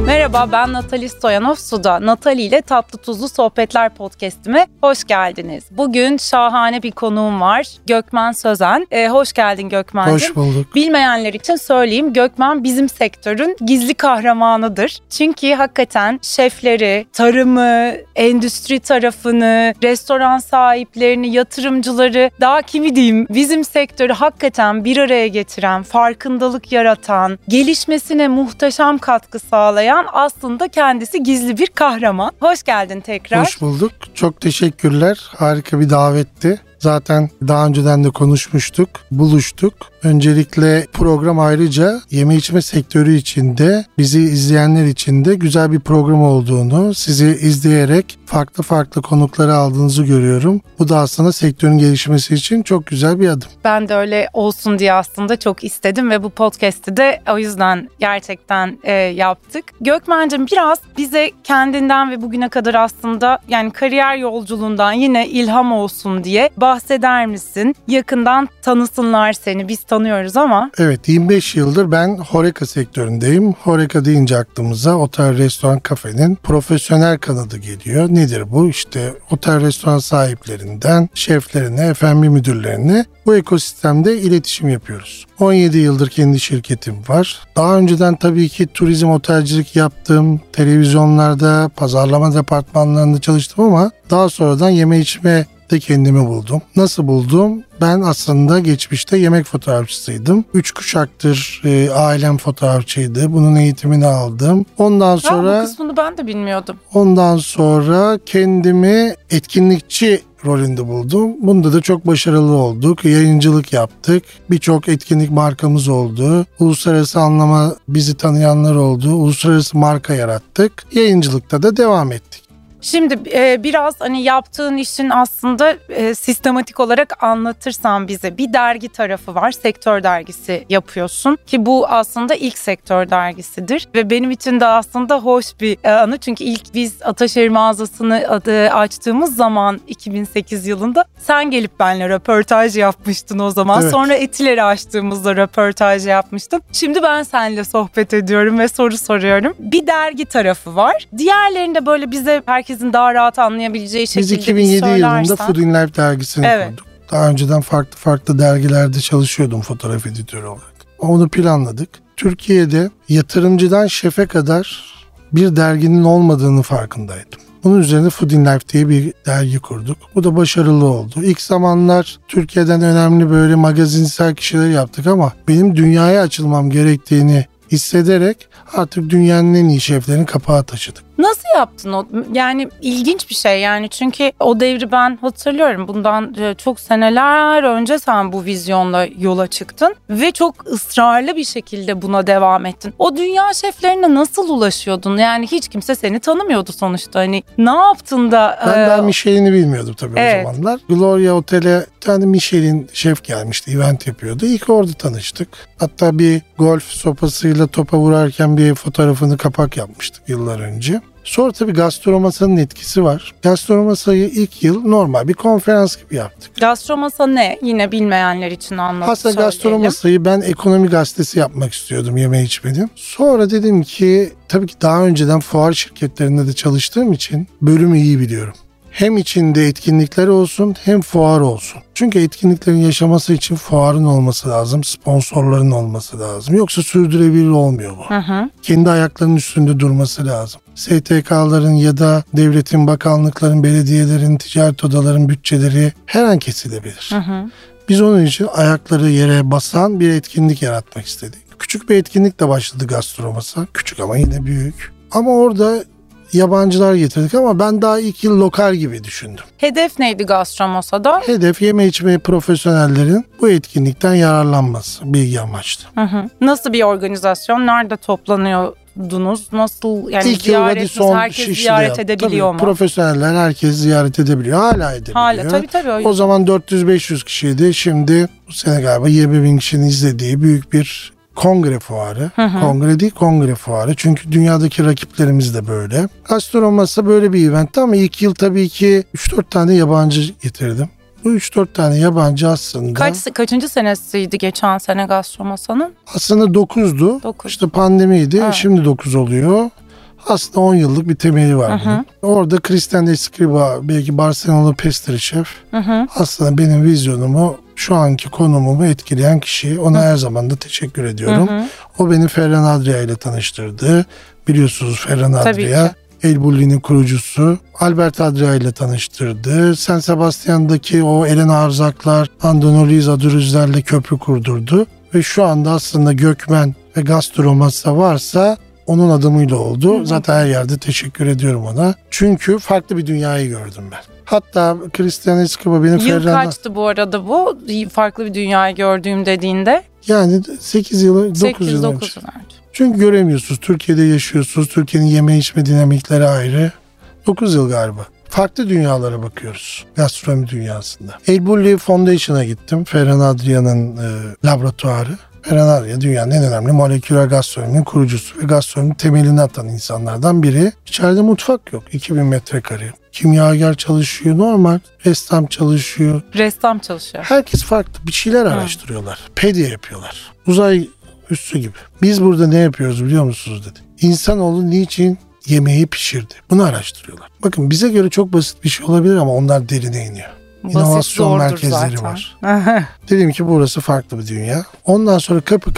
Merhaba, ben Natali Stoyanov Suda. Natali ile Tatlı Tuzlu Sohbetler podcast'ime hoş geldiniz. Bugün şahane bir konuğum var. Gökmen Sözen. Hoş geldin Gökmen'cim. Hoş bulduk. Bilmeyenler için söyleyeyim, Gökmen bizim sektörün gizli kahramanıdır. Çünkü hakikaten şefleri, tarımı, endüstri tarafını, restoran sahiplerini, yatırımcıları, daha kimi diyeyim, bizim sektörü hakikaten bir araya getiren, farkındalık yaratan, gelişmesine muhteşem katkı sağlayan aslında kendisi gizli bir kahraman. Hoş geldin tekrar. Hoş bulduk. Çok teşekkürler. Harika bir davetti. Zaten daha önceden de konuşmuştuk, buluştuk. Öncelikle program ayrıca yeme içme sektörü içinde, bizi izleyenler için de güzel bir program olduğunu, sizi izleyerek farklı konukları aldığınızı görüyorum. Bu da aslında sektörün gelişmesi için çok güzel bir adım. Ben de öyle olsun diye aslında çok istedim ve bu podcast'i de o yüzden gerçekten yaptık. Gökmen'cim, biraz bize kendinden ve bugüne kadar aslında yani kariyer yolculuğundan yine ilham olsun diye bahseder misin? Yakından tanısınlar seni. Biz tanıyoruz ama. Evet, 25 yıldır ben HoReCa sektöründeyim. HoReCa deyince aklımıza otel, restoran, kafenin profesyonel kanadı geliyor. Nedir bu? İşte otel, restoran sahiplerinden şeflerine, F&B müdürlerine bu ekosistemde iletişim yapıyoruz. 17 yıldır kendi şirketim var. Daha önceden tabii ki turizm, otelcilik yaptım. Televizyonlarda, pazarlama departmanlarında çalıştım ama daha sonradan yeme içme de kendimi buldum. Nasıl buldum? Ben aslında geçmişte yemek fotoğrafçısıydım. 3 kuşaktır ailem fotoğrafçıydı. Bunun eğitimini aldım. Ondan sonra... bu kısmını ben de bilmiyordum. Ondan sonra kendimi etkinlikçi rolünde buldum. Bunda da çok başarılı olduk. Yayıncılık yaptık. Birçok etkinlik markamız oldu. Uluslararası anlama bizi tanıyanlar oldu. Uluslararası marka yarattık. Yayıncılıkta da devam ettik. Şimdi biraz hani yaptığın işin aslında sistematik olarak anlatırsan bize, bir dergi tarafı var. Sektör dergisi yapıyorsun ki bu aslında ilk sektör dergisidir ve benim için de aslında hoş bir anı. Çünkü ilk biz Ataşehir mağazasını açtığımız zaman 2008 yılında sen gelip benimle röportaj yapmıştın o zaman. Evet. Sonra Etiler'i açtığımızda röportaj yapmıştım. Şimdi ben seninle sohbet ediyorum ve soru soruyorum. Bir dergi tarafı var. Diğerlerinde böyle bize herkesin daha rahat anlayabileceği şekilde biz 2007 söylersen. yılında Food in Life dergisini kurduk. Daha önceden farklı dergilerde çalışıyordum fotoğraf editörü olarak. Onu planladık. Türkiye'de yatırımcıdan şefe kadar bir derginin olmadığını farkındaydım. Bunun üzerine Food in Life diye bir dergi kurduk. Bu da başarılı oldu. İlk zamanlar Türkiye'den önemli böyle magazinsel kişiler yaptık ama benim dünyaya açılmam gerektiğini hissederek artık dünyanın en iyi şeflerini kapağa taşıdık. Nasıl yaptın o? Yani ilginç bir şey yani, çünkü o devri ben hatırlıyorum. Bundan çok seneler önce sen bu vizyonla yola çıktın ve çok ısrarlı bir şekilde buna devam ettin. O dünya şeflerine nasıl ulaşıyordun? Yani hiç kimse seni tanımıyordu sonuçta. Hani ne yaptın da? Ben daha Michelin'i bilmiyordum tabii o zamanlar. Gloria Otel'e bir tane Michelin şef gelmişti, event yapıyordu. İlk orada tanıştık. Hatta bir golf sopasıyla topa vurarken bir fotoğrafını kapak yapmıştık yıllar önce. Sonra tabii Gastromasa'nın etkisi var. Gastromasa'yı ilk yıl normal bir konferans gibi yaptık. Gastromasa ne? Yine bilmeyenler için anlatıp aslında söyleyelim. Gastromasa'yı ben ekonomi gazetesi yapmak istiyordum, yeme içmedim. Sonra dedim ki tabii ki daha önceden fuar şirketlerinde de çalıştığım için bölümü iyi biliyorum. Hem içinde etkinlikler olsun hem fuar olsun. Çünkü etkinliklerin yaşaması için fuarın olması lazım, sponsorların olması lazım. Yoksa sürdürülebilir olmuyor bu. Kendi ayaklarının üstünde durması lazım. STK'ların ya da devletin, bakanlıkların, belediyelerin, ticaret odaların bütçeleri her an kesilebilir. Biz onun için ayakları yere basan bir etkinlik yaratmak istedik. Küçük bir etkinlikle başladı Gastromasa. Küçük ama yine büyük. Ama orada yabancılar getirdik ama ben daha ilk yıl lokal gibi düşündüm. Hedef neydi Gastromasa'da? Hedef yeme içme profesyonellerin bu etkinlikten yararlanması, bilgi amaçlı. Nasıl bir organizasyon? Nerede toplanıyordunuz? Nasıl yani İlk yıl Radisson herkes Şişli'de ziyaret edebiliyor tabii, mu? Profesyoneller herkes ziyaret edebiliyor. Hala edebiliyor. Hala tabii öyle. O zaman 400-500 kişiydi. Şimdi bu sene galiba 20.000 kişinin izlediği büyük bir kongre fuarı. Kongre değil, kongre fuarı. Çünkü dünyadaki rakiplerimiz de böyle. Gastromasa böyle bir eventti ama ilk yıl tabii ki 3-4 tane yabancı getirdim. Bu 3-4 tane yabancı aslında. Kaçıncı senesiydi geçen sene Gastromasa'nın? Aslında 9'du. 9. İşte pandemiydi. Evet. Şimdi 9 oluyor. Aslında 10 yıllık bir temeli var bunun. Orada Cristian Escribá, belki Barcelona pastry şef. Aslında benim vizyonumu, şu anki konumumu etkileyen kişi. Ona her zaman da teşekkür ediyorum. O beni Ferran Adrià ile tanıştırdı. Biliyorsunuz Ferran Adrià, El Bulli'nin kurucusu. Albert Adrià ile tanıştırdı. San Sebastian'daki o Eren Arzaklar, Andon Luis Aduruzler'le köprü kurdurdu. Ve şu anda aslında Gökmen ve Gastromasa varsa onun adımıyla oldu. Zaten her yerde teşekkür ediyorum ona. Çünkü farklı bir dünyayı gördüm ben. Hatta Cristian Escribá benim Yıl kaçtı bu arada bu? Farklı bir dünyayı gördüğüm dediğinde? Yani 8 yıl, 9 yıl önce. Çünkü göremiyorsunuz. Türkiye'de yaşıyorsunuz. Türkiye'nin yeme içme dinamikleri ayrı. 9 yıl galiba. Farklı dünyalara bakıyoruz gastronomi dünyasında. El Bulli Foundation'a gittim. Ferran Adria'nın laboratuvarı. Ferran Adria dünyanın en önemli moleküler gastronominin kurucusu ve gastronominin temelini atan insanlardan biri. İçeride mutfak yok. 2000 metrekare. Kimyager çalışıyor normal. Ressam çalışıyor. Ressam çalışıyor. Herkes farklı bir şeyler araştırıyorlar. Pedya yapıyorlar. Uzay üssü gibi. Biz burada ne yapıyoruz biliyor musunuz dedi. İnsanoğlu niçin yemeği pişirdi? Bunu araştırıyorlar. Bakın bize göre çok basit bir şey olabilir ama onlar derine iniyor. İnovasyon merkezleri zaten var. Dedim ki burası farklı bir dünya. Ondan sonra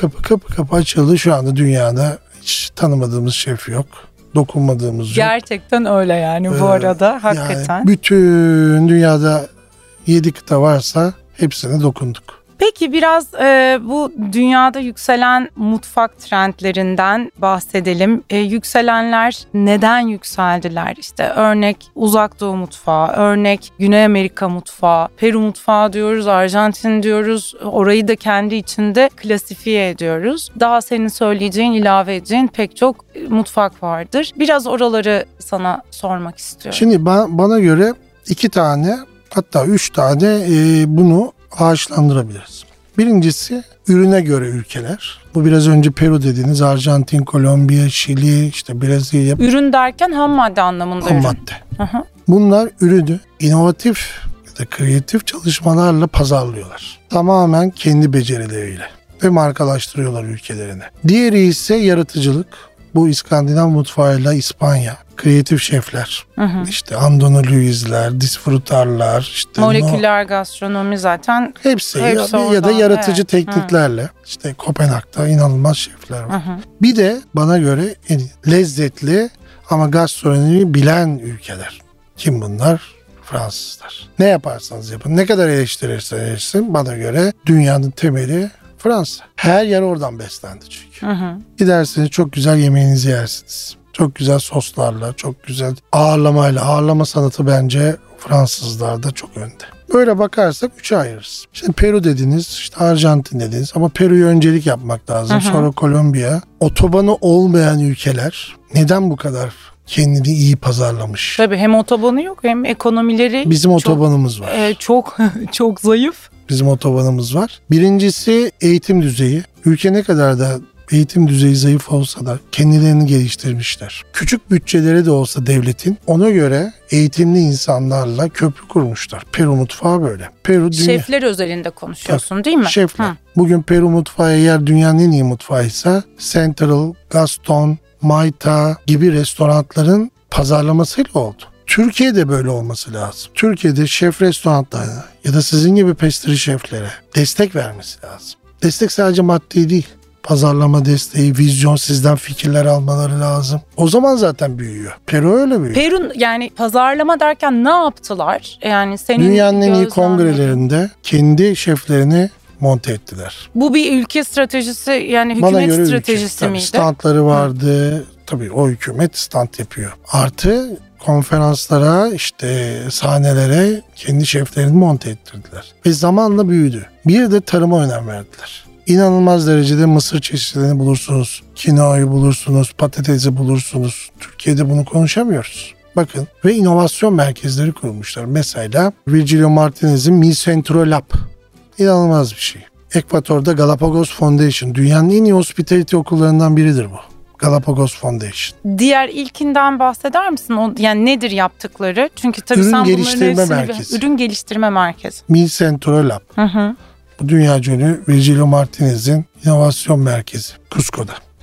kapı açıldı. Şu anda dünyada hiç tanımadığımız şef yok. Dokunmadığımız yok. Gerçekten öyle yani bu arada. Hakikaten. Yani bütün dünyada 7 kıta varsa hepsine dokunduk. Peki biraz bu dünyada yükselen mutfak trendlerinden bahsedelim. Yükselenler neden yükseldiler? İşte örnek Uzak Doğu mutfağı, örnek Güney Amerika mutfağı, Peru mutfağı diyoruz, Arjantin diyoruz. Orayı da kendi içinde klasifiye ediyoruz. Daha senin söyleyeceğin, ilave edeceğin pek çok mutfak vardır. Biraz oraları sana sormak istiyorum. Şimdi bana göre 2 tane hatta 3 tane bunu ağaçlandırabiliriz. Birincisi ürüne göre ülkeler. Bu biraz önce Peru dediğiniz Arjantin, Kolombiya, Şili, işte Brezilya. Ürün derken ham madde anlamında ham ürün. Madde. Bunlar ürünü inovatif ya da kreatif çalışmalarla pazarlıyorlar. Tamamen kendi becerileriyle ve markalaştırıyorlar ülkelerine. Diğeri ise yaratıcılık. Bu İskandinav mutfağıyla İspanya. Kreatif şefler. İşte Andon Luis'ler, Disfrutar'lar. İşte moleküler gastronomi zaten. Hepsi ya da yaratıcı tekniklerle. İşte Kopenhag'da inanılmaz şefler var. Bir de bana göre lezzetli ama gastronomiyi bilen ülkeler. Kim bunlar? Fransızlar. Ne yaparsanız yapın, ne kadar eleştirirseniz eleştirin, bana göre dünyanın temeli Fransa. Her yer oradan beslendi çünkü. Gidersiniz çok güzel yemeğinizi yersiniz. Çok güzel soslarla, çok güzel ağırlamayla. Ağırlama sanatı bence Fransızlarda çok önde. Böyle bakarsak 3'e ayırırız. Şimdi Peru dediniz, işte Arjantin dediniz ama Peru'yu öncelik yapmak lazım. Sonra Kolombiya. Otobanı olmayan ülkeler neden bu kadar kendini iyi pazarlamış? Tabii hem otobanı yok hem ekonomileri. Bizim otobanımız var. Çok zayıf. Bizim otobanımız var. Birincisi eğitim düzeyi. Ülke ne kadar da eğitim düzeyi zayıf olsa da kendilerini geliştirmişler. Küçük bütçeleri de olsa devletin ona göre eğitimli insanlarla köprü kurmuşlar. Peru mutfağı böyle. Şefler özelinde konuşuyorsun değil mi? Şefler. Bugün Peru mutfağı eğer dünyanın en iyi mutfağıysa Central, Gaston, Maita gibi restoranların pazarlamasıyla oldu. Türkiye'de böyle olması lazım. Türkiye'de şef restoranlarına ya da sizin gibi pastry şeflere destek vermesi lazım. Destek sadece maddi değil. Pazarlama desteği, vizyon, sizden fikirler almaları lazım. O zaman zaten büyüyor. Peru öyle büyüyor. Peru yani pazarlama derken ne yaptılar? Yani senin dünyanın en iyi kongrelerinde kendi şeflerini monte ettiler. Bu bir ülke stratejisi yani hükümet stratejisi miydi? Standları vardı. Tabii o hükümet stand yapıyor. Artı konferanslara işte sahnelere kendi şeflerini monte ettirdiler. Ve zamanla büyüdü. Bir de tarıma önem verdiler. İnanılmaz derecede mısır çeşitlerini bulursunuz. Kinoayı bulursunuz, patatesi bulursunuz. Türkiye'de bunu konuşamıyoruz. Bakın ve inovasyon merkezleri kurmuşlar. Mesela Virgilio Martinez'in Mi Centro Lab. İnanılmaz bir şey. Ekvator'da Galapagos Foundation. Dünyanın en iyi hospitality okullarından biridir bu. Galapagos Foundation. Diğer ilkinden bahseder misin? Yani nedir yaptıkları? Çünkü tabii ürün sen geliştirme merkezi. Ürün geliştirme merkezi. Mi Centro Lab. Bu dünyaca ünlü Virgilio Martinez'in inovasyon merkezi Cusco'da.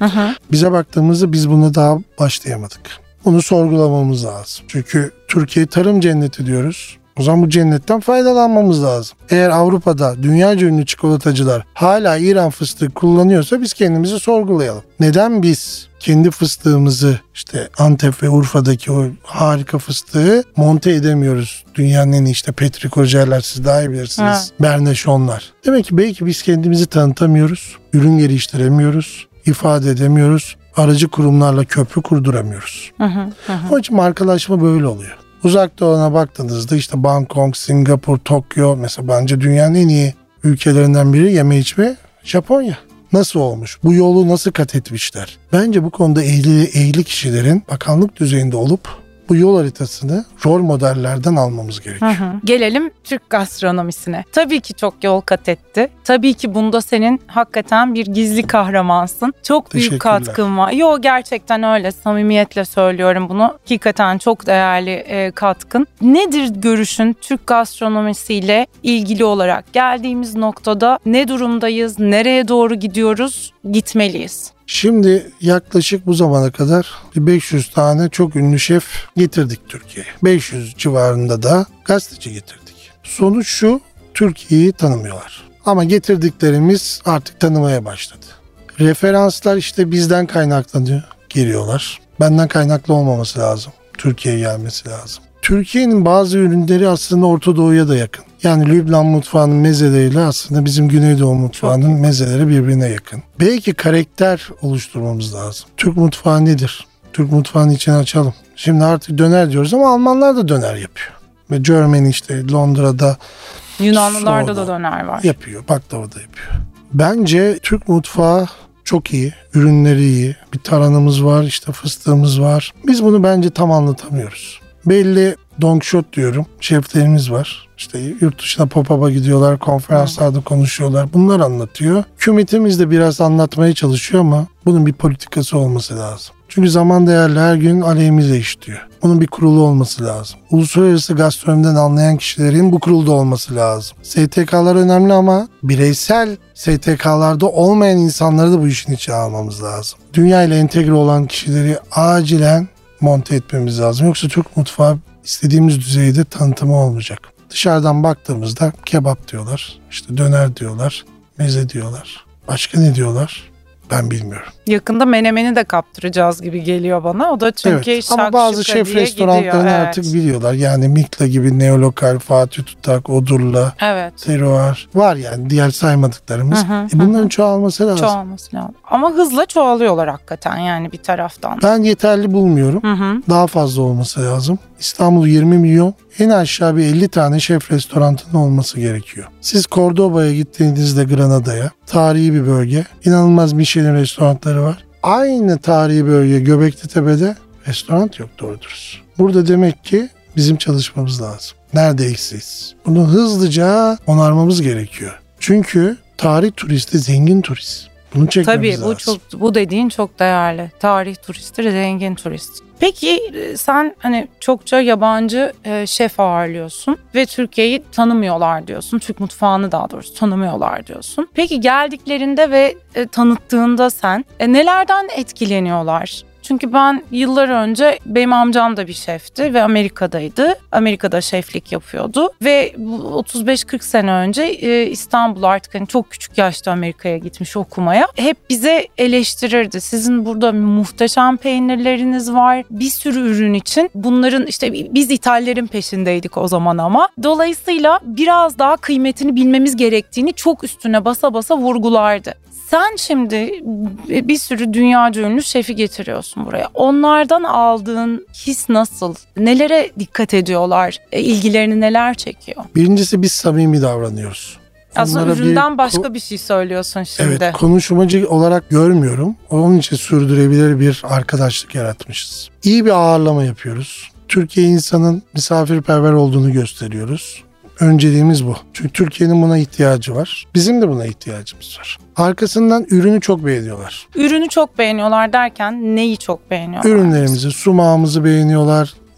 Bize baktığımızda biz buna daha başlayamadık. Bunu sorgulamamız lazım. Çünkü Türkiye tarım cenneti diyoruz. O zaman bu cennetten faydalanmamız lazım. Eğer Avrupa'da dünyaca ünlü çikolatacılar hala İran fıstığı kullanıyorsa biz kendimizi sorgulayalım. Neden biz kendi fıstığımızı işte Antep ve Urfa'daki o harika fıstığı monte edemiyoruz? Dünyanın en iyi işte petrikojerler, siz daha iyi bilirsiniz. Berneşonlar. Demek ki belki biz kendimizi tanıtamıyoruz. Ürün geliştiremiyoruz. İfade edemiyoruz. Aracı kurumlarla köprü kurduramıyoruz. Onun için markalaşma böyle oluyor. Uzak Doğu'na baktığınızda işte Bangkok, Singapur, Tokyo mesela bence dünyanın en iyi ülkelerinden biri yeme içme Japonya. Nasıl olmuş? Bu yolu nasıl kat etmişler? Bence bu konuda ehli kişilerin bakanlık düzeyinde olup bu yol haritasını rol modellerden almamız gerekiyor. Gelelim Türk gastronomisine. Tabii ki çok yol kat etti. Tabii ki bunda senin hakikaten bir gizli kahramansın. Çok büyük katkın var. Yo, gerçekten öyle. Samimiyetle söylüyorum bunu. Hakikaten çok değerli katkın. Nedir görüşün Türk gastronomisiyle ilgili olarak? Geldiğimiz noktada ne durumdayız? Nereye doğru gidiyoruz? Gitmeliyiz. Şimdi yaklaşık bu zamana kadar 500 tane çok ünlü şef getirdik Türkiye'ye. 500 civarında da gazeteci getirdik. Sonuç şu, Türkiye'yi tanımıyorlar. Ama getirdiklerimiz artık tanımaya başladı. Referanslar işte bizden kaynaklanıyor, geliyorlar. Benden kaynaklı olmaması lazım. Türkiye'ye gelmesi lazım. Türkiye'nin bazı ürünleri aslında Orta Doğu'ya da yakın. Yani Lübnan mutfağının mezeleriyle aslında bizim Güneydoğu mutfağının mezeleri birbirine yakın. Belki karakter oluşturmamız lazım. Türk mutfağı nedir? Türk mutfağının içini açalım. Şimdi artık döner diyoruz ama Almanlar da döner yapıyor. Ve Germany işte Londra'da, Yunanlılarda da döner var. Yapıyor, baklava da yapıyor. Bence Türk mutfağı çok iyi, ürünleri iyi. Bir taranımız var, işte fıstığımız var. Biz bunu bence tam anlatamıyoruz. Belli dongshot diyorum. Şeflerimiz var. İşte yurt dışına pop-up'a gidiyorlar, konferanslarda konuşuyorlar. Bunlar anlatıyor. Hükümetimiz de biraz anlatmaya çalışıyor ama bunun bir politikası olması lazım. Çünkü zaman değerli, her gün aleyhimize işliyor. Bunun bir kurulu olması lazım. Uluslararası gastronomiden anlayan kişilerin bu kurulda olması lazım. STK'lar önemli ama bireysel STK'larda olmayan insanları da bu işin içine almamız lazım. Dünya ile entegre olan kişileri acilen monte etmemiz lazım. Yoksa Türk mutfağı istediğimiz düzeyde tanıtımı olmayacak. Dışarıdan baktığımızda kebap diyorlar, işte döner diyorlar, meze diyorlar. Başka ne diyorlar? Ben bilmiyorum. Yakında menemeni de kaptıracağız gibi geliyor bana. O da çünkü evet, ama bazı şef restoranlarını artık biliyorlar. Yani Mikla gibi, Neolokal, Fatih Tutak, Odurla, Terroir var yani diğer saymadıklarımız. Bunların çoğalması lazım. Çoğalması lazım. Ama hızla çoğalıyorlar hakikaten yani bir taraftan. Ben yeterli bulmuyorum. Daha fazla olması lazım. İstanbul 20 milyon. En aşağı bir 50 tane şef restoranının olması gerekiyor. Siz Cordoba'ya gittiğinizde, Granada'ya, tarihi bir bölge. İnanılmaz Michelin restoranları var. Aynı tarihi bölge Göbeklitepe'de restoran yok doğru dürüst. Burada demek ki bizim çalışmamız lazım. Nerede eksiyiz? Bunu hızlıca onarmamız gerekiyor. Çünkü tarih turisti zengin turist. Bunu çekmemiz lazım. Tabii bu dediğin çok değerli. Tarih turisti, zengin turist. Peki sen hani çokça yabancı şef ağırlıyorsun ve Türkiye'yi tanımıyorlar diyorsun. Türk mutfağını daha doğrusu tanımıyorlar diyorsun. Peki geldiklerinde ve tanıttığında sen nelerden etkileniyorlar? Çünkü ben yıllar önce benim amcam da bir şefti ve Amerika'daydı. Amerika'da şeflik yapıyordu ve 35-40 sene önce İstanbul artık hani çok küçük yaşta Amerika'ya gitmiş okumaya. Hep bize eleştirirdi. Sizin burada muhteşem peynirleriniz var. Bir sürü ürün için bunların işte biz İtalyanların peşindeydik o zaman ama. Dolayısıyla biraz daha kıymetini bilmemiz gerektiğini çok üstüne basa basa vurgulardı. Sen şimdi bir sürü dünyaca ünlü şefi getiriyorsun buraya. Onlardan aldığın his nasıl? Nelere dikkat ediyorlar? İlgilerini neler çekiyor? Birincisi biz samimi davranıyoruz. Aslında üründen başka bir şey söylüyorsun şimdi. Evet, konuşmacı olarak görmüyorum. Onun için sürdürülebilir bir arkadaşlık yaratmışız. İyi bir ağırlama yapıyoruz. Türkiye insanın misafirperver olduğunu gösteriyoruz. Önceliğimiz bu. Çünkü Türkiye'nin buna ihtiyacı var. Bizim de buna ihtiyacımız var. Arkasından ürünü çok beğeniyorlar. Ürünü çok beğeniyorlar derken neyi çok beğeniyorlar? Ürünlerimizi, sumağımızı beğeniyorlar.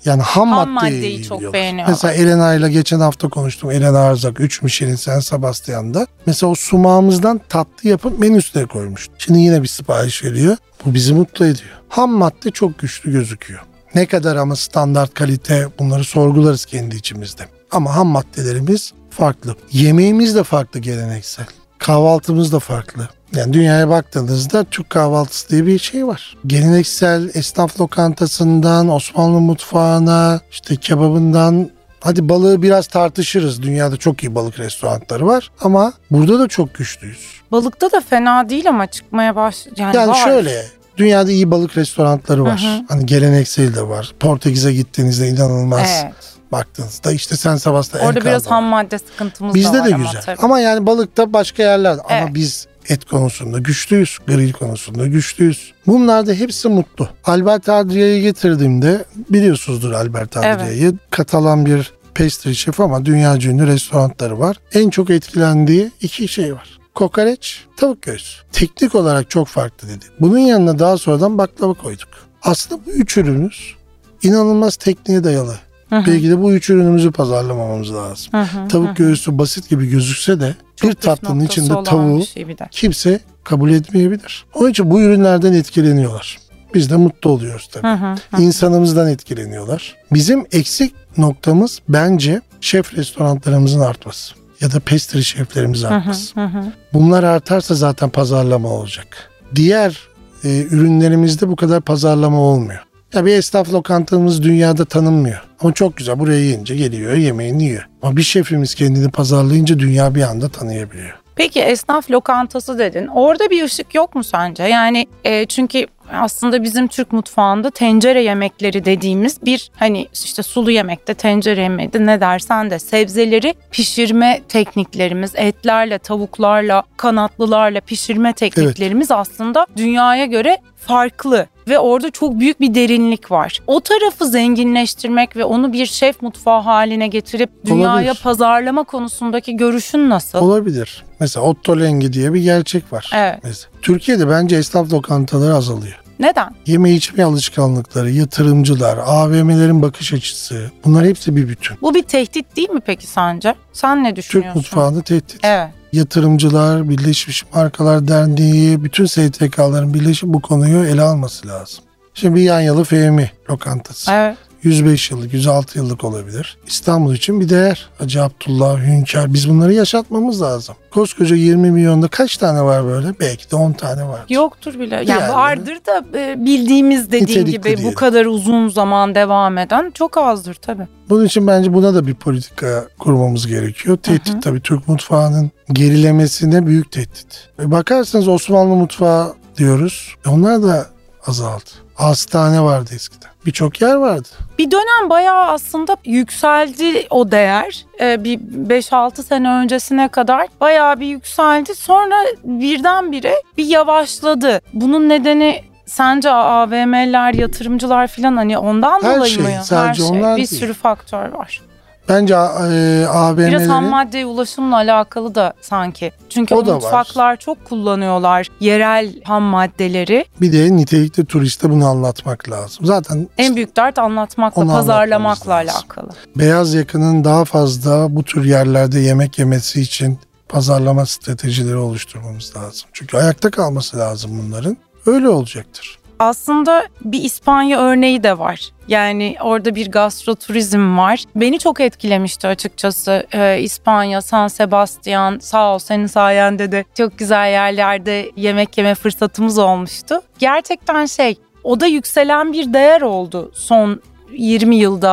Yani ham maddeyi maddeyi çok biliyorlar. beğeniyorlar. Mesela Elena ile geçen hafta konuştum. Elena Arzak, 3 Michelin, San Sebastian'da. Mesela o sumağımızdan tatlı yapıp menüsüne koymuştu. Şimdi yine bir sipariş veriyor. Bu bizi mutlu ediyor. Ham madde çok güçlü gözüküyor. Ne kadar ama standart kalite, bunları sorgularız kendi içimizde. Ama ham maddelerimiz farklı. Yemeğimiz de farklı, geleneksel. Kahvaltımız da farklı. Yani dünyaya baktığınızda Türk kahvaltısı diye bir şey var. Geleneksel esnaf lokantasından Osmanlı mutfağına, işte kebabından, hadi balığı biraz tartışırız. Dünyada çok iyi balık restoranları var ama burada da çok güçlüyüz. Balıkta da fena değil ama çıkmaya yani Yani var. şöyle, dünyada iyi balık restoranları var. Hı hı. Hani geleneksel de var. Portekiz'e gittiğinizde inanılmaz. Evet. Baktığınızda işte San Sebastian, Orada biraz Elcal'da ham madde sıkıntımız bizde da var de ama güzel. tabii. Ama yani balıkta başka yerlerde. Evet. Ama biz et konusunda güçlüyüz. Grill konusunda güçlüyüz. Bunlar da hepsi mutlu. Albert Adria'yı getirdiğimde, biliyorsunuzdur Albert Adria'yı. Evet. Katalan bir pastry şef ama dünyaca ünlü restoranları var. En çok etkilendiği 2 şey var. Kokoreç, tavuk göğsü. Teknik olarak çok farklı dedi. Bunun yanına daha sonradan baklava koyduk. Aslında bu 3 ürünümüz inanılmaz tekniğe dayalı. Hı-hı. Belki de bu 3 ürünümüzü pazarlamamız lazım. Hı-hı. Tavuk göğsü basit gibi gözükse de çok bir tatlının içinde tavuğu kimse kabul etmeyebilir. Onun için bu ürünlerden etkileniyorlar. Biz de mutlu oluyoruz tabii. Hı-hı. İnsanımızdan etkileniyorlar. Bizim eksik noktamız bence şef restoranlarımızın artması. Ya da pastry şeflerimiz artması. Bunlar artarsa zaten pazarlama olacak. Diğer ürünlerimizde bu kadar pazarlama olmuyor. Ya bir esnaf lokantamız dünyada tanınmıyor. Ama çok güzel, buraya yiyince geliyor, yemeğini yiyor. Ama bir şefimiz kendini pazarlayınca dünya bir anda tanıyabiliyor. Peki esnaf lokantası dedin. Orada bir ışık yok mu sence? Yani çünkü aslında bizim Türk mutfağında tencere yemekleri dediğimiz bir, hani işte sulu yemekte, tencere yemeği de ne dersen de, sebzeleri pişirme tekniklerimiz, etlerle, tavuklarla, kanatlılarla pişirme tekniklerimiz aslında dünyaya göre farklı ve orada çok büyük bir derinlik var. O tarafı zenginleştirmek ve onu bir şef mutfağı haline getirip dünyaya pazarlama konusundaki görüşün nasıl? Olabilir. Mesela Ottolenghi diye bir gerçek var. Evet. Mesela Türkiye'de bence esnaf lokantaları azalıyor. Neden? Yeme içme alışkanlıkları, yatırımcılar, AVM'lerin bakış açısı, bunlar hepsi bir bütün. Bu bir tehdit değil mi peki sence? Sen ne düşünüyorsun? Türk mutfağında tehdit. Evet. Yatırımcılar, Birleşmiş Markalar Derneği, bütün STK'ların birleşip bu konuyu ele alması lazım. Şimdi bir Yanyalı Fehmi lokantası. Evet. 105 yıllık, 106 yıllık olabilir. İstanbul için bir değer. Hacı Abdullah, Hünkar, biz bunları yaşatmamız lazım. Koskoca 20 milyonda kaç tane var böyle? Belki de 10 tane var. Yoktur bile. Yani vardır da bildiğimiz, dediğin gibi diyelim, bu kadar uzun zaman devam eden çok azdır tabii. Bunun için bence buna da bir politika kurmamız gerekiyor. Tehdit tabii, Türk mutfağının gerilemesine büyük tehdit. Bakarsanız Osmanlı mutfağı diyoruz. Onlar da azaldı. Hastane vardı eskiden. Birçok yer vardı. Bir dönem bayağı aslında yükseldi o değer. Bir 5-6 sene öncesine kadar bayağı bir yükseldi. Sonra birdenbire bir yavaşladı. Bunun nedeni sence AVM'ler, yatırımcılar falan, hani ondan dolayı mı? Sadece onlar bir değil. sürü faktör var. Bence AVM'lerin... Biraz ham maddeye ulaşımla alakalı da sanki. Çünkü o mutfaklar çok kullanıyorlar yerel ham maddeleri. Bir de nitelikli turiste bunu anlatmak lazım. Zaten en büyük dert anlatmakla, pazarlamakla alakalı. Beyaz yakanın daha fazla bu tür yerlerde yemek yemesi için pazarlama stratejileri oluşturmamız lazım. Çünkü ayakta kalması lazım bunların. Öyle olacaktır. Aslında bir İspanya örneği de var. Yani orada bir gastroturizm var. Beni çok etkilemişti açıkçası. İspanya, San Sebastian, sağ ol senin sayende de çok güzel yerlerde yemek yeme fırsatımız olmuştu. Gerçekten o da yükselen bir değer oldu son 20 yılda,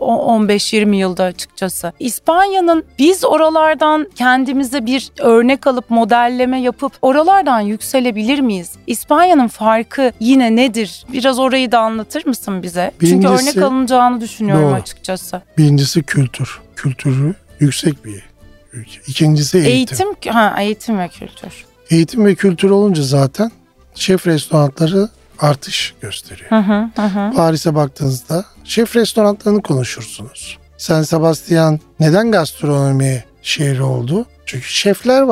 15-20 yılda açıkçası. İspanya'nın, biz oralardan kendimize bir örnek alıp modelleme yapıp oralardan yükselebilir miyiz? İspanya'nın farkı yine nedir? Biraz orayı da anlatır mısın bize? Çünkü örnek alınacağını düşünüyorum açıkçası. Birincisi kültür. Kültürü yüksek bir ülke. İkincisi eğitim. Eğitim ve kültür. Eğitim ve kültür olunca zaten şef restoranları artış gösteriyor. Paris'e baktığınızda şef restoranlarını konuşursunuz. San Sebastian neden gastronomi şehri oldu? Çünkü şefler var.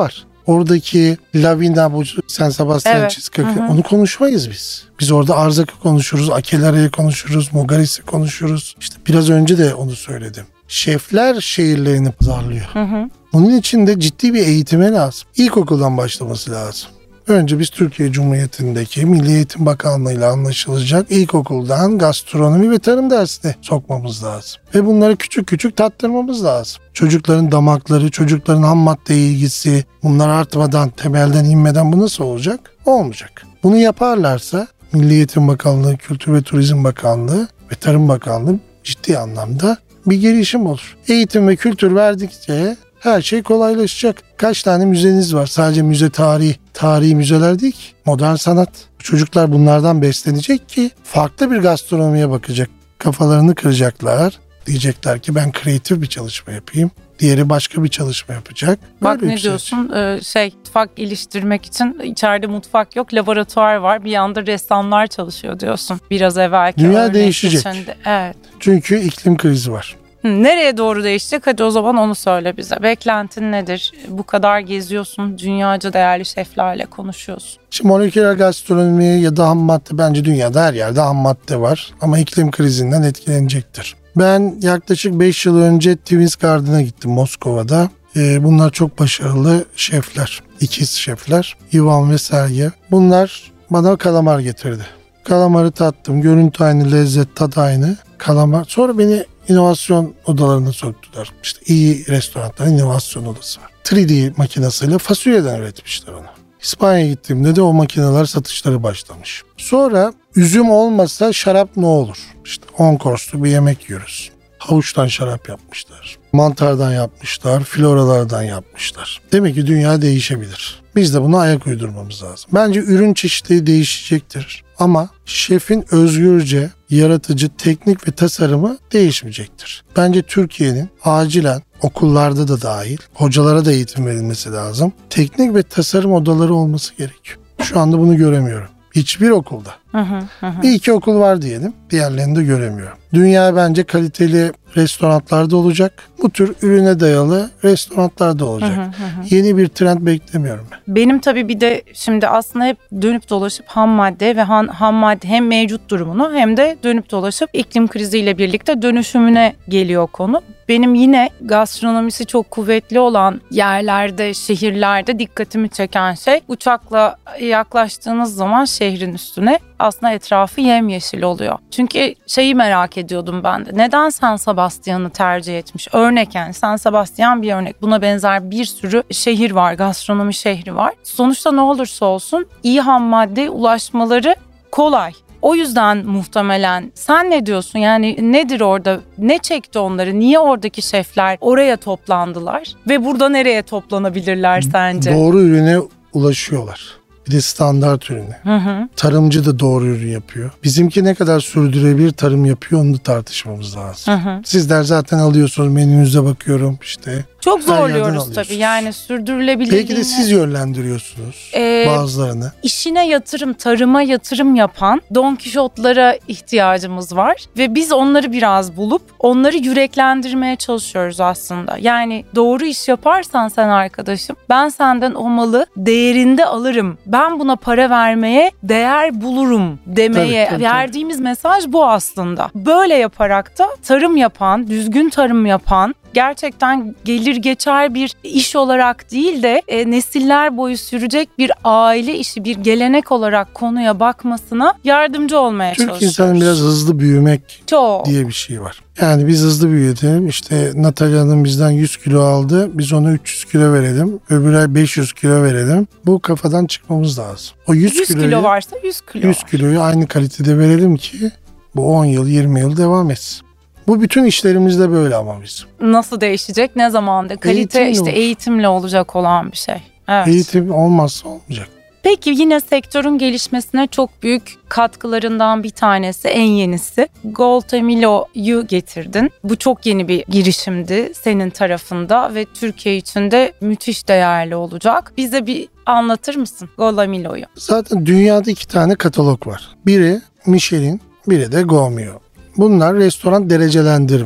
Oradaki Lavina, bu San Sebastian Evet. cheesecake, onu konuşmayız biz. Biz orada Arzak'ı konuşuruz, Akelara'yı konuşuruz, Mugaris'i konuşuruz. İşte biraz önce de onu söyledim. Şefler şehirlerini pazarlıyor. Bunun için de ciddi bir eğitime lazım. İlkokuldan başlaması lazım. Önce biz Türkiye Cumhuriyeti'ndeki Milli Eğitim Bakanlığı'yla anlaşılacak ilkokuldan gastronomi ve tarım dersine sokmamız lazım. Ve bunları küçük küçük tattırmamız lazım. Çocukların damakları, çocukların ham madde ilgisi, bunlar artmadan, temelden inmeden bu nasıl olacak? Olmayacak. Bunu yaparlarsa Milli Eğitim Bakanlığı, Kültür ve Turizm Bakanlığı ve Tarım Bakanlığı ciddi anlamda bir gelişim olur. Eğitim ve kültür verdikçe her şey kolaylaşacak. Kaç tane müzeniz var? Sadece müze tarihi müzeler değil ki. Modern sanat. Çocuklar bunlardan beslenecek ki farklı bir gastronomiye bakacak. Kafalarını kıracaklar. Diyecekler ki ben kreatif bir çalışma yapayım. Diğeri başka bir çalışma yapacak. Bak Böyle ne diyorsun? Mutfak geliştirmek için içeride mutfak yok, laboratuvar var. Bir yanda ressamlar çalışıyor diyorsun. Biraz evvelki Dünya örnek değişecek. içinde. Evet. Çünkü iklim krizi var. Nereye doğru değişecek? Hadi o zaman onu söyle bize. Beklentin nedir? Bu kadar geziyorsun, dünyaca değerli şeflerle konuşuyorsun. Şimdi moleküler gastronomi ya da ham madde, bence dünyada her yerde ham madde var. Ama iklim krizinden etkilenecektir. Ben yaklaşık 5 yıl önce Twins Garden'a gittim Moskova'da. Bunlar çok başarılı şefler. İkiz şefler. Ivan ve Sergey. Bunlar bana kalamar getirdi. Kalamarı tattım. Görüntü aynı, lezzet, tat aynı. Kalamar. Sonra beni inovasyon odalarına soktular. İşte iyi restoranların inovasyon odası var. 3D makinesiyle fasulyeden üretmişler onu. İspanya'ya gittiğimde de o makineler satışları başlamış. Sonra üzüm olmasa şarap ne olur? İşte 10 course'lu bir yemek yiyoruz. Havuçtan şarap yapmışlar. Mantardan yapmışlar, floralardan yapmışlar. Demek ki dünya değişebilir. Biz de buna ayak uydurmamız lazım. Bence ürün çeşitliliği değişecektir. Ama şefin özgürce, yaratıcı teknik ve tasarımı değişmeyecektir. Bence Türkiye'nin acilen okullarda da dahil, hocalara da eğitim verilmesi lazım. Teknik ve tasarım odaları olması gerekiyor. Şu anda bunu göremiyorum. Hiçbir okulda. Bir iki okul var diyelim. Diğerlerini de göremiyorum. Dünya bence kaliteli restoranlarda olacak. Bu tür ürüne dayalı restoranlarda olacak. Yeni bir trend beklemiyorum ben. Benim tabii bir de şimdi aslında hep dönüp dolaşıp ham madde ve ham madde hem mevcut durumunu hem de dönüp dolaşıp iklim kriziyle birlikte dönüşümüne geliyor konu. Benim yine gastronomisi çok kuvvetli olan yerlerde, şehirlerde dikkatimi çeken şey, uçakla yaklaştığınız zaman şehrin üstüne aslında etrafı yemyeşil oluyor. Çünkü şeyi merak ediyordum ben de. Neden San Sebastian'ı tercih etmiş? Örnek, yani San Sebastian bir örnek. Buna benzer bir sürü şehir var, gastronomi şehri var. Sonuçta ne olursa olsun iyi ham madde ulaşmaları kolay. O yüzden muhtemelen. Sen ne diyorsun? Yani nedir orada? Ne çekti onları? Niye oradaki şefler oraya toplandılar? Ve burada nereye toplanabilirler sence? Doğru ürüne ulaşıyorlar. Bir de standart ürünü. Tarımcı da doğru ürün yapıyor. Bizimki ne kadar sürdürülebilir tarım yapıyor, onu da tartışmamız lazım. Sizler zaten alıyorsunuz, menünüze bakıyorum işte. Çok zorluyoruz tabii, yani sürdürülebilirliğini. Belki de siz yönlendiriyorsunuz bazılarını. İşine yatırım, tarıma yatırım yapan Don Kişotlara ihtiyacımız var. Ve biz onları biraz bulup onları yüreklendirmeye çalışıyoruz aslında. Yani doğru iş yaparsan sen arkadaşım, ben senden o malı değerinde alırım. Ben buna para vermeye değer bulurum demeye tabii. Verdiğimiz mesaj bu aslında. Böyle yaparak da tarım yapan, düzgün tarım yapan, gerçekten gelir geçer bir iş olarak değil de nesiller boyu sürecek bir aile işi, bir gelenek olarak konuya bakmasına yardımcı olmaya çalışıyoruz. Türk insanın biraz hızlı büyümek diye bir şey var. Yani biz hızlı büyüyelim. İşte Natalya Hanım bizden 100 kilo aldı. Biz ona 300 kilo verelim. Öbürü 500 kilo verelim. Bu kafadan çıkmamız lazım. O 100 kilo varsa 100 kilo 100 kiloyu aynı kalitede verelim ki bu 10 yıl 20 yıl devam etsin. Bu bütün işlerimizde böyle ama bizim. Nasıl değişecek? Ne zamanda? Kalite eğitimle olacak olan bir şey. Evet. Eğitim olmazsa olmayacak. Peki yine sektörün gelişmesine çok büyük katkılarından bir tanesi, en yenisi Golta Milo'yu getirdin. Bu çok yeni bir girişimdi senin tarafında ve Türkiye için de müthiş değerli olacak. Bize bir anlatır mısın Golta Milo'yu? Zaten dünyada 2 tane katalog var. Biri Michelin, biri de Gourmet. Bunlar restoran derecelendirme.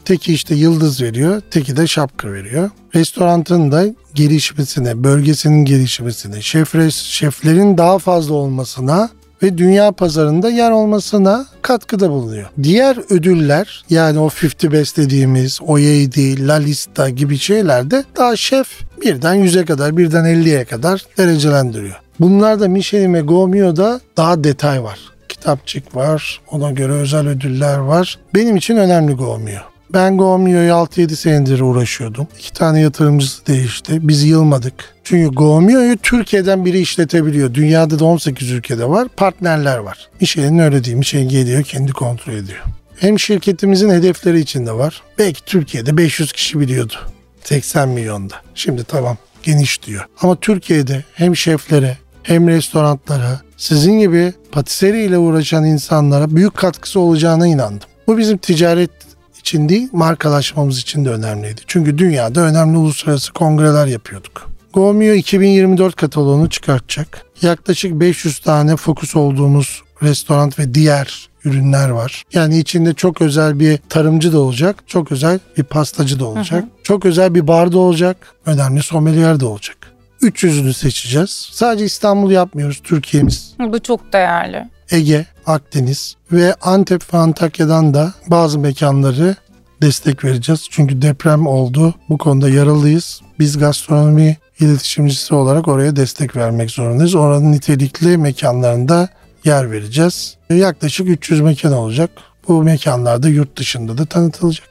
Teki işte yıldız veriyor, teki de şapka veriyor. Restoranın da gelişmesine, bölgesinin gelişmesine, şeflerin daha fazla olmasına ve dünya pazarında yer olmasına katkıda bulunuyor. Diğer ödüller, yani o 50 Best dediğimiz, OED, La Lista gibi şeylerde daha şef birden 100'e kadar, birden 50'ye kadar derecelendiriyor. Bunlarda Michelin ve Gourmet'da daha detay var. Kitapçık var, ona göre özel ödüller var. Benim için önemli Gourmet. Ben Gourmet'e 6-7 senedir uğraşıyordum. 2 tane yatırımcısı değişti. Biz yılmadık. Çünkü Gourmet'u Türkiye'den biri işletebiliyor. Dünyada da 18 ülkede var. Partnerler var. Michelin öyle değil. Michelin geliyor, kendi kontrol ediyor. Hem şirketimizin hedefleri içinde var. Belki Türkiye'de 500 kişi biliyordu. 80 milyonda. Şimdi tamam, geniş diyor. Ama Türkiye'de hem şeflere hem restoranlara, sizin gibi patiseriyle uğraşan insanlara büyük katkısı olacağına inandım. Bu bizim ticaret için değil, markalaşmamız için de önemliydi. Çünkü dünyada önemli uluslararası kongreler yapıyorduk. Gourmet 2024 kataloğunu çıkartacak. Yaklaşık 500 tane fokus olduğumuz restoran ve diğer ürünler var. Yani içinde çok özel bir tarımcı da olacak, çok özel bir pastacı da olacak, çok özel bir bar da olacak, önemli sommelier de olacak. 300'ünü seçeceğiz. Sadece İstanbul yapmıyoruz, Türkiye'miz. Bu çok değerli. Ege, Akdeniz ve Antep ve Antakya'dan da bazı mekanları destek vereceğiz. Çünkü deprem oldu. Bu konuda yaralıyız. Biz gastronomi iletişimcisi olarak oraya destek vermek zorundayız. Oranın nitelikli mekanlarında yer vereceğiz. Yaklaşık 300 mekan olacak. Bu mekanlarda yurt dışında da tanıtılacak.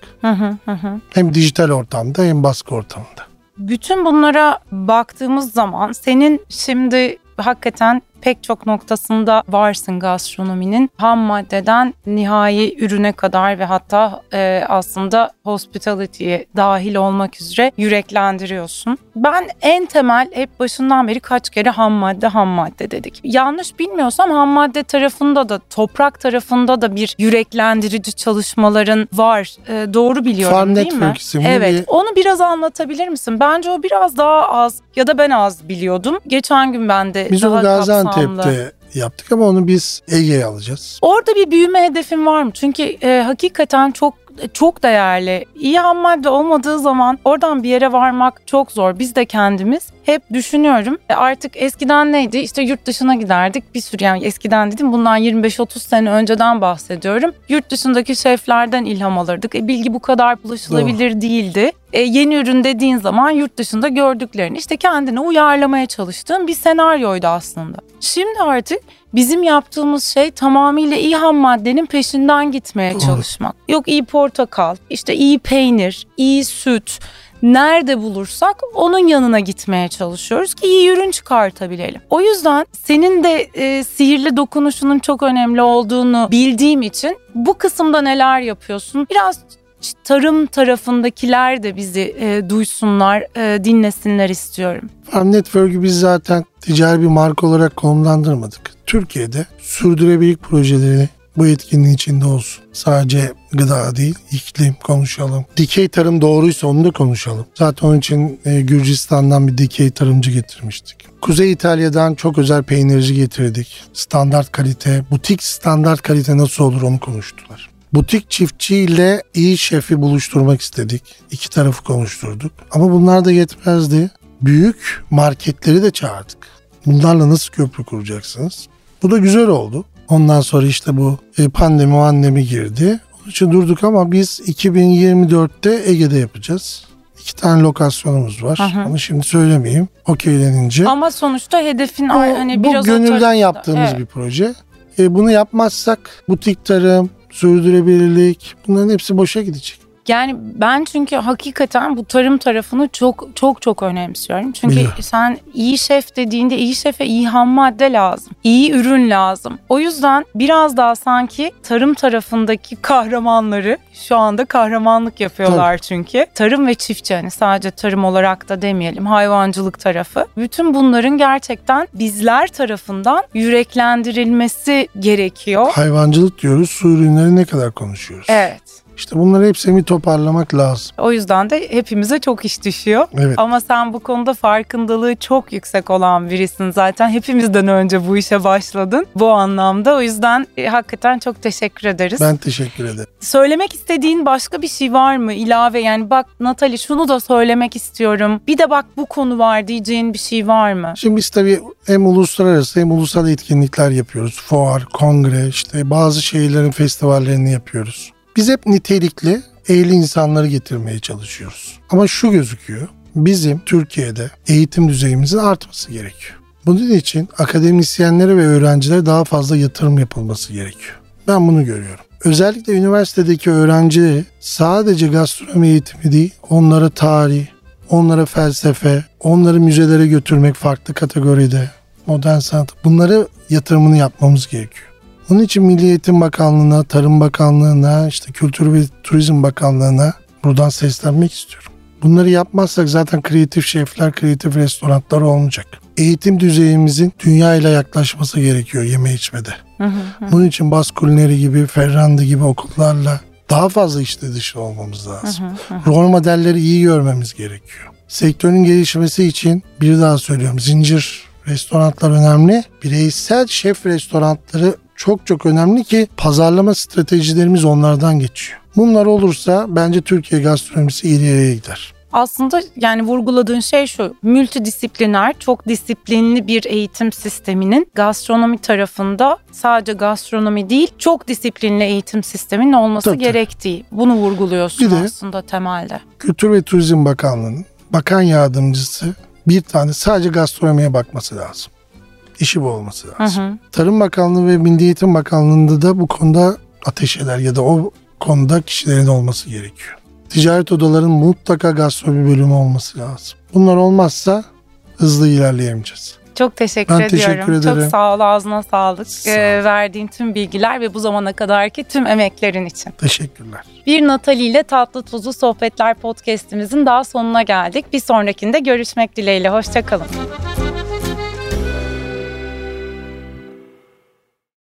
Hem dijital ortamda hem baskı ortamında. Bütün bunlara baktığımız zaman senin şimdi hakikaten pek çok noktasında varsın gastronominin. Ham maddeden nihai ürüne kadar ve hatta aslında hospitality'ye dahil olmak üzere yüreklendiriyorsun. Ben en temel hep başından beri kaç kere ham madde dedik. Yanlış bilmiyorsam ham madde tarafında da toprak tarafında da bir yüreklendirici çalışmaların var. Doğru biliyorum Farm değil mi? Evet. Onu biraz anlatabilir misin? Bence o biraz daha az ya da ben az biliyordum. Geçen gün ben de biz daha Gaziantep'te yaptık ama onu biz Ege'ye alacağız. Orada bir büyüme hedefin var mı? Çünkü hakikaten çok değerli. İyi ham madde olmadığı zaman oradan bir yere varmak çok zor. Biz de kendimiz hep düşünüyorum. Artık eskiden neydi? İşte yurt dışına giderdik. Bir sürü, yani eskiden dedim, bundan 25-30 sene önceden bahsediyorum. Yurt dışındaki şeflerden ilham alırdık. Bilgi bu kadar ulaşılabilir değildi. Yeni ürün dediğin zaman yurt dışında gördüklerini işte kendine uyarlamaya çalıştığın bir senaryoydu aslında. Şimdi artık bizim yaptığımız şey tamamıyla iyi ham maddenin peşinden gitmeye çalışmak. Yok iyi portakal, işte iyi peynir, iyi süt. Nerede bulursak onun yanına gitmeye çalışıyoruz ki iyi ürün çıkartabilelim. O yüzden senin de sihirli dokunuşunun çok önemli olduğunu bildiğim için bu kısımda neler yapıyorsun? Biraz tarım tarafındakiler de bizi duysunlar, dinlesinler istiyorum. Farm Network'ü biz zaten ticari bir marka olarak konumlandırmadık. Türkiye'de sürdürülebilirlik projeleri bu etkinliğin içinde olsun. Sadece gıda değil, iklim konuşalım. Dikey tarım doğruysa onu da konuşalım. Zaten onun için Gürcistan'dan bir dikey tarımcı getirmiştik. Kuzey İtalya'dan çok özel peynirci getirdik. Standart kalite, butik standart kalite nasıl olur onu konuştular. Butik çiftçiyle iyi şefi buluşturmak istedik. İki tarafı konuşturduk. Ama bunlar da yetmezdi. Büyük marketleri de çağırdık. Bunlarla nasıl köprü kuracaksınız? Bu da güzel oldu. Ondan sonra işte bu pandemi girdi. Onun için durduk ama biz 2024'te Ege'de yapacağız. 2 tane lokasyonumuz var. Ama şimdi söylemeyeyim. Okeylenince. Ama sonuçta hedefin hani biraz bu gönülden yaptığımız bir proje. Bunu yapmazsak butik tarım, sürdürülebilirlik, bunların hepsi boşa gidecek. Yani ben çünkü hakikaten bu tarım tarafını çok önemsiyorum. Çünkü sen iyi şef dediğinde iyi şefe iyi ham madde lazım. İyi ürün lazım. O yüzden biraz daha sanki tarım tarafındaki kahramanları şu anda kahramanlık yapıyorlar çünkü. Tarım ve çiftçi, hani sadece tarım olarak da demeyelim, hayvancılık tarafı. Bütün bunların gerçekten bizler tarafından yüreklendirilmesi gerekiyor. Hayvancılık diyoruz, su ürünleri ne kadar konuşuyoruz? Evet. İşte bunları hepsini toparlamak lazım. O yüzden de hepimize çok iş düşüyor. Evet. Ama sen bu konuda farkındalığı çok yüksek olan birisin zaten. Hepimizden önce bu işe başladın bu anlamda. O yüzden hakikaten çok teşekkür ederiz. Ben teşekkür ederim. Söylemek istediğin başka bir şey var mı? İlave, yani bak Natali şunu da söylemek istiyorum. Bir de bak bu konu var diyeceğin bir şey var mı? Şimdi biz tabii hem uluslararası hem ulusal etkinlikler yapıyoruz. Fuar, kongre, işte bazı şehirlerin festivallerini yapıyoruz. Biz hep nitelikli, ehli insanları getirmeye çalışıyoruz. Ama şu gözüküyor, bizim Türkiye'de eğitim düzeyimizin artması gerekiyor. Bunun için akademisyenlere ve öğrencilere daha fazla yatırım yapılması gerekiyor. Ben bunu görüyorum. Özellikle üniversitedeki öğrencileri sadece gastronomi eğitimi değil, onlara tarih, onlara felsefe, onları müzelere götürmek farklı kategoride, modern sanat, bunları yatırımını yapmamız gerekiyor. Bunun için Milli Eğitim Bakanlığı'na, Tarım Bakanlığı'na, işte Kültür ve Turizm Bakanlığı'na buradan seslenmek istiyorum. Bunları yapmazsak zaten kreatif şefler, kreatif restoranlar olmayacak. Eğitim düzeyimizin dünya ile yaklaşması gerekiyor yeme içmede. Bunun için Bas Culinary gibi, Ferrandi gibi okullarla daha fazla içli dışlı olmamız lazım. Rol modelleri iyi görmemiz gerekiyor. Sektörün gelişmesi için bir daha söylüyorum, zincir restoranlar önemli. Bireysel şef restoranları çok önemli ki pazarlama stratejilerimiz onlardan geçiyor. Bunlar olursa bence Türkiye gastronomisi ileriye gider. Aslında yani vurguladığın şey şu, multidisipliner, çok disiplinli bir eğitim sisteminin gastronomi tarafında sadece gastronomi değil, çok disiplinli eğitim sisteminin olması gerektiği. Bunu vurguluyorsun aslında temelde. Kültür ve Turizm Bakanlığı'nın bakan yardımcısı bir tane sadece gastronomiye bakması lazım. İşi bu olması lazım. Tarım Bakanlığı ve Milli Eğitim Bakanlığı'nda da bu konuda ateşeler ya da o konuda kişilerin olması gerekiyor. Ticaret odalarının mutlaka gastronomi bölümü olması lazım. Bunlar olmazsa hızlı ilerleyemeyeceğiz. Çok teşekkür ediyorum. Teşekkür ederim. Çok sağ ol, ağzına sağlık. Verdiğin tüm bilgiler ve bu zamana kadarki tüm emeklerin için. Teşekkürler. Bir Natali ile Tatlı Tuzlu Sohbetler podcast'imizin daha sonuna geldik. Bir sonrakinde görüşmek dileğiyle. Hoşça kalın.